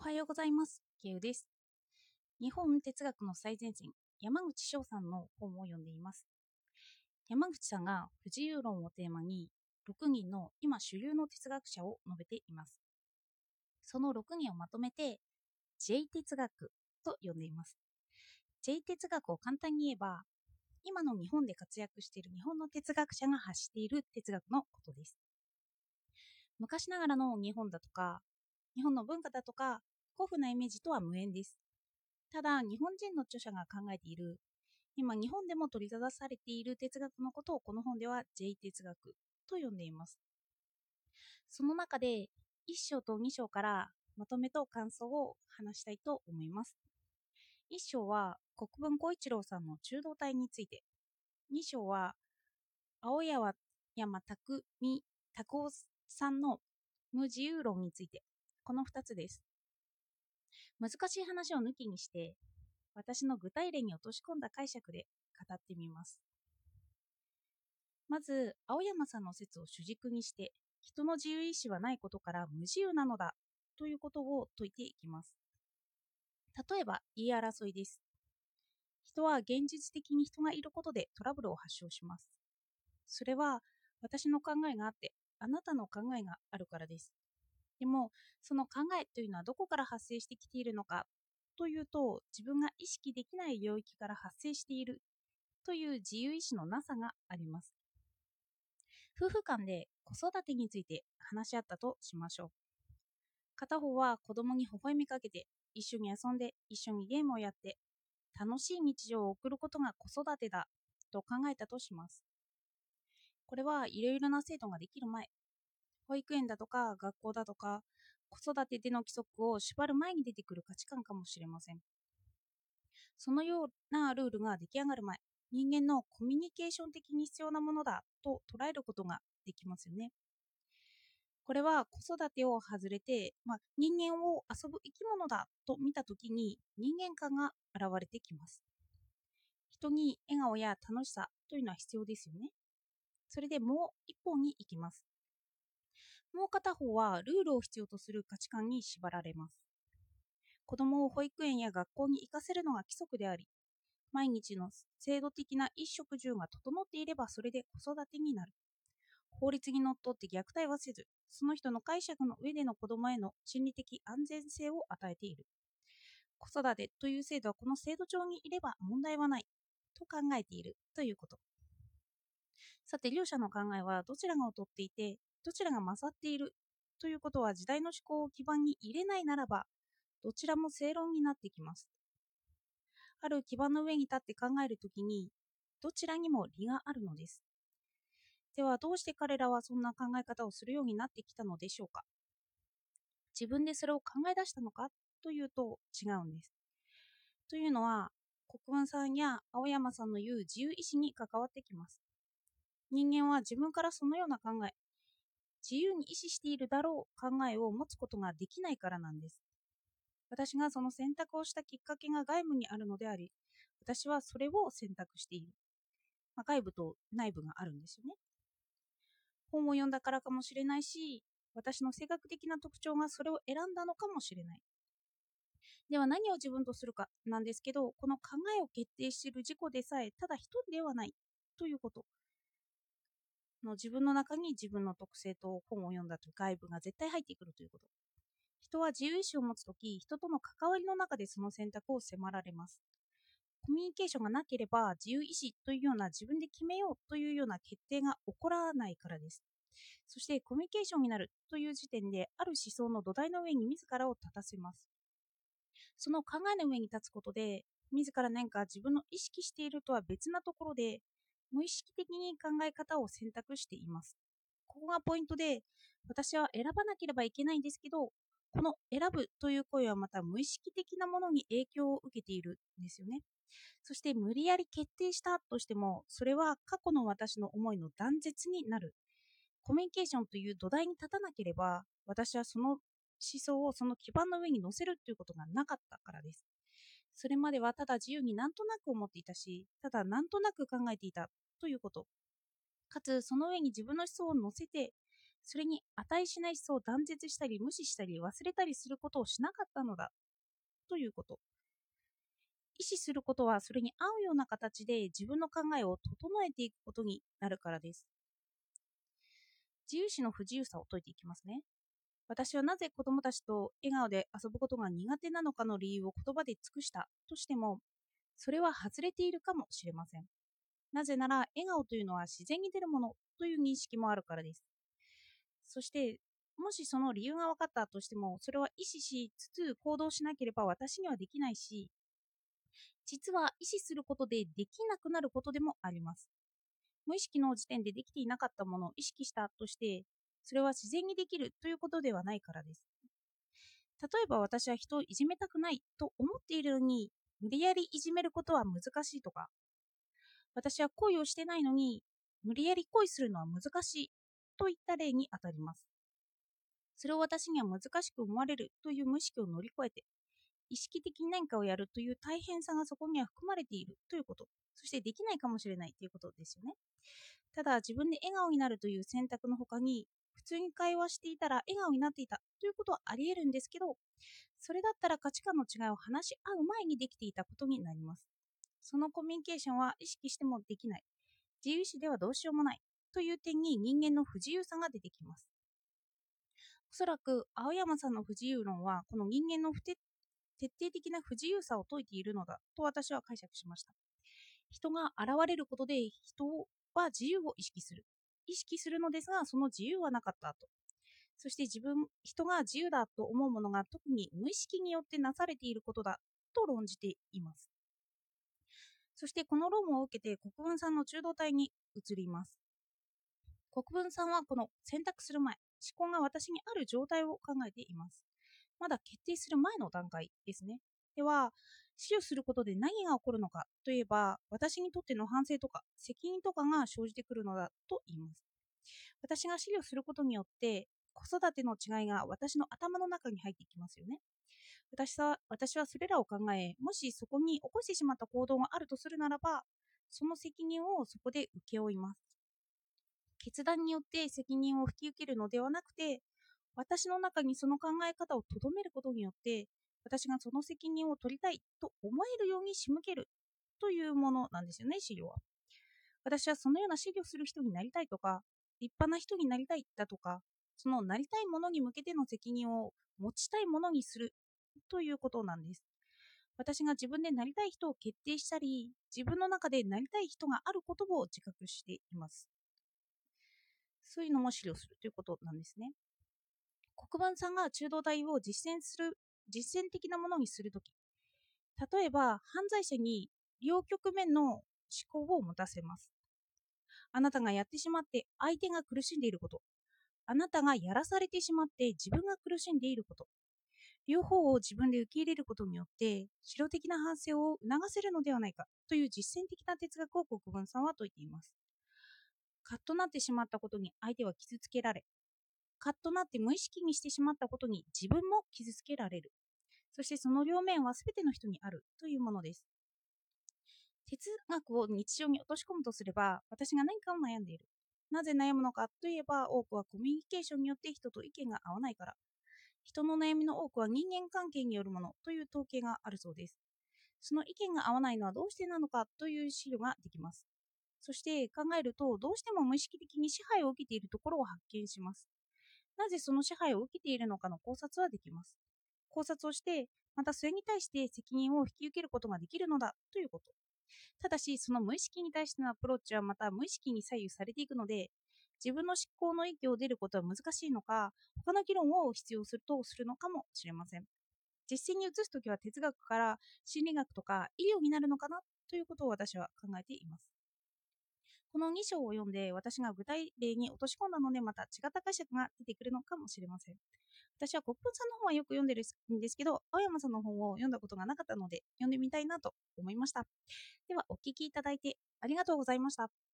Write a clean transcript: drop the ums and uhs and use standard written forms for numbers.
おはようございます。ケウです。日本哲学の最前線、山口翔さんの本を読んでいます。山口さんが不自由論をテーマに6人の今主流の哲学者を述べています。その6人をまとめて J 哲学と呼んでいます。J 哲学を簡単に言えば、今の日本で活躍している日本の哲学者が発している哲学のことです。昔ながらの日本だとか、日本の文化だとか、古風なイメージとは無縁です。ただ、日本人の著者が考えている、今日本でも取り沙汰されている哲学のことをこの本では J 哲学と呼んでいます。その中で1章と2章からまとめと感想を話したいと思います。1章は国分光一郎さんの中道体について、2章は青山拓夫さんの無自由論について、この2つです。難しい話を抜きにして、私の具体例に落とし込んだ解釈で語ってみます。まず、青山さんの説を主軸にして、人の自由意志はないことから無自由なのだということを説いていきます。例えば、言い争いです。人は現実的に人がいることでトラブルを発症します。それは私の考えがあって、あなたの考えがあるからです。でも、その考えというのはどこから発生してきているのかというと、自分が意識できない領域から発生しているという自由意志のなさがあります。夫婦間で子育てについて話し合ったとしましょう。片方は子供に微笑みかけて、一緒に遊んで、一緒にゲームをやって、楽しい日常を送ることが子育てだと考えたとします。これはいろいろな制度ができる前、保育園だとか学校だとか、子育てでの規則を縛る前に出てくる価値観かもしれません。そのようなルールが出来上がる前、人間のコミュニケーション的に必要なものだと捉えることができますよね。これは子育てを外れて、人間を遊ぶ生き物だと見たときに人間観が現れてきます。人に笑顔や楽しさというのは必要ですよね。それでもう一方に行きます。もう片方はルールを必要とする価値観に縛られます。子供を保育園や学校に行かせるのが規則であり、毎日の制度的な衣食住が整っていればそれで子育てになる。法律にのっとって虐待はせず、その人の解釈の上での子供への心理的安全性を与えている。子育てという制度はこの制度上にいれば問題はないと考えているということ。さて、両者の考えはどちらが劣っていて、どちらが勝っているということは時代の思考を基盤に入れないならば、どちらも正論になってきます。ある基盤の上に立って考えるときに、どちらにも理があるのです。では、どうして彼らはそんな考え方をするようになってきたのでしょうか。自分でそれを考え出したのかというと違うんです。というのは、国分さんや青山さんの言う自由意志に関わってきます。人間は自分からそのような考え、自由に意志しているだろう考えを持つことができないからなんです。私がその選択をしたきっかけが外部にあるのであり、私はそれを選択している。外部と内部があるんですよね。本を読んだからかもしれないし、私の性格的な特徴がそれを選んだのかもしれない。では何を自分とするかなんですけど、この考えを決定している自己でさえただ一人ではないということの、自分の中に自分の特性と本を読んだという外部が絶対入ってくるということ。人は自由意志を持つとき、人との関わりの中でその選択を迫られます。コミュニケーションがなければ自由意志というような自分で決めようというような決定が起こらないからです。そしてコミュニケーションになるという時点である思想の土台の上に自らを立たせます。その考えの上に立つことで、自ら何か自分の意識しているとは別なところで、無意識的に考え方を選択しています。ここがポイントで、私は選ばなければいけないんですけど、この選ぶという声はまた無意識的なものに影響を受けているんですよね。そして無理やり決定したとしても、それは過去の私の思いの断絶になる。コミュニケーションという土台に立たなければ、私はその思想をその基盤の上に乗せるということがなかったからです。それまではただ自由になんとなく思っていたし、ただなんとなく考えていたということ。かつ、その上に自分の思想を乗せて、 それに値しない思想を断絶したり無視したり忘れたりすることをしなかったのだということ。意思することはそれに合うような形で自分の考えを整えていくことになるからです。自由視の不自由さを解いていきますね。私はなぜ子供たちと笑顔で遊ぶことが苦手なのかの理由を言葉で尽くしたとしても、それは外れているかもしれません。なぜなら笑顔というのは自然に出るものという認識もあるからです。そして、もしその理由が分かったとしても、それは意識しつつ行動しなければ私にはできないし、実は意識することでできなくなることでもあります。無意識の時点でできていなかったものを意識したとして、それは自然にできるということではないからです。例えば私は人をいじめたくないと思っているのに、無理やりいじめることは難しいとか、私は恋をしてないのに、無理やり恋するのは難しいといった例にあたります。それを私には難しく思われるという無意識を乗り越えて、意識的に何かをやるという大変さがそこには含まれているということ、そしてできないかもしれないということですよね。ただ自分で笑顔になるという選択の他に、普通に会話していたら笑顔になっていたということはあり得るんですけど、それだったら価値観の違いを話し合う前にできていたことになります。そのコミュニケーションは意識してもできない、自由意志ではどうしようもないという点に人間の不自由さが出てきます。おそらく青山さんの不自由論はこの人間の徹底的な不自由さを説いているのだと私は解釈しました。人が現れることで人は自由を意識するのですが、その自由はなかったと。そして人が自由だと思うものが特に無意識によってなされていることだと論じています。そしてこの論を受けて国分さんの中道体に移ります。国分さんはこの選択する前、思考が私にある状態を考えています。まだ決定する前の段階ですね。では、死をすることで何が起こるのかといえば、私にとっての反省とか責任とかが生じてくるのだと言います。私が死をすることによって、子育ての違いが私の頭の中に入ってきますよね。私はそれらを考え、もしそこに起こしてしまった行動があるとするならば、その責任をそこで請け負います。決断によって責任を引き受けるのではなくて、私の中にその考え方を留めることによって、私がその責任を取りたいと思えるように仕向けるというものなんですよね、資料は。私はそのような資料する人になりたいとか、立派な人になりたいだとか、そのなりたいものに向けての責任を持ちたいものにするということなんです。私が自分でなりたい人を決定したり、自分の中でなりたい人があることを自覚しています。そういうのも資料するということなんですね。黒板さんが中道体を実践的なものにするとき、例えば犯罪者に両局面の思考を持たせます。あなたがやってしまって相手が苦しんでいること、あなたがやらされてしまって自分が苦しんでいること、両方を自分で受け入れることによって指導的な反省を促せるのではないかという実践的な哲学を国分さんは説いています。カッとなってしまったことに相手は傷つけられ、カッとなって無意識にしてしまったことに自分も傷つけられる。そしてその両面は全ての人にあるというものです。哲学を日常に落とし込むとすれば、私が何かを悩んでいる。なぜ悩むのかといえば、多くはコミュニケーションによって人と意見が合わないから。人の悩みの多くは人間関係によるものという統計があるそうです。その意見が合わないのはどうしてなのかという資料ができます。そして考えると、どうしても無意識的に支配を受けているところを発見します。なぜその支配を受けているのかの考察はできます。考察をして、またそれに対して責任を引き受けることができるのだということ。ただし、その無意識に対してのアプローチはまた無意識に左右されていくので、自分の思考の域を出ることは難しいのか、他の議論を必要するとするのかもしれません。実践に移すときは哲学から心理学とか医療になるのかなということを私は考えています。この2章を読んで私が具体例に落とし込んだのでまた違った解釈が出てくるのかもしれません。私は国分さんの本はよく読んでるんですけど、青山さんの本を読んだことがなかったので読んでみたいなと思いました。ではお聞きいただいてありがとうございました。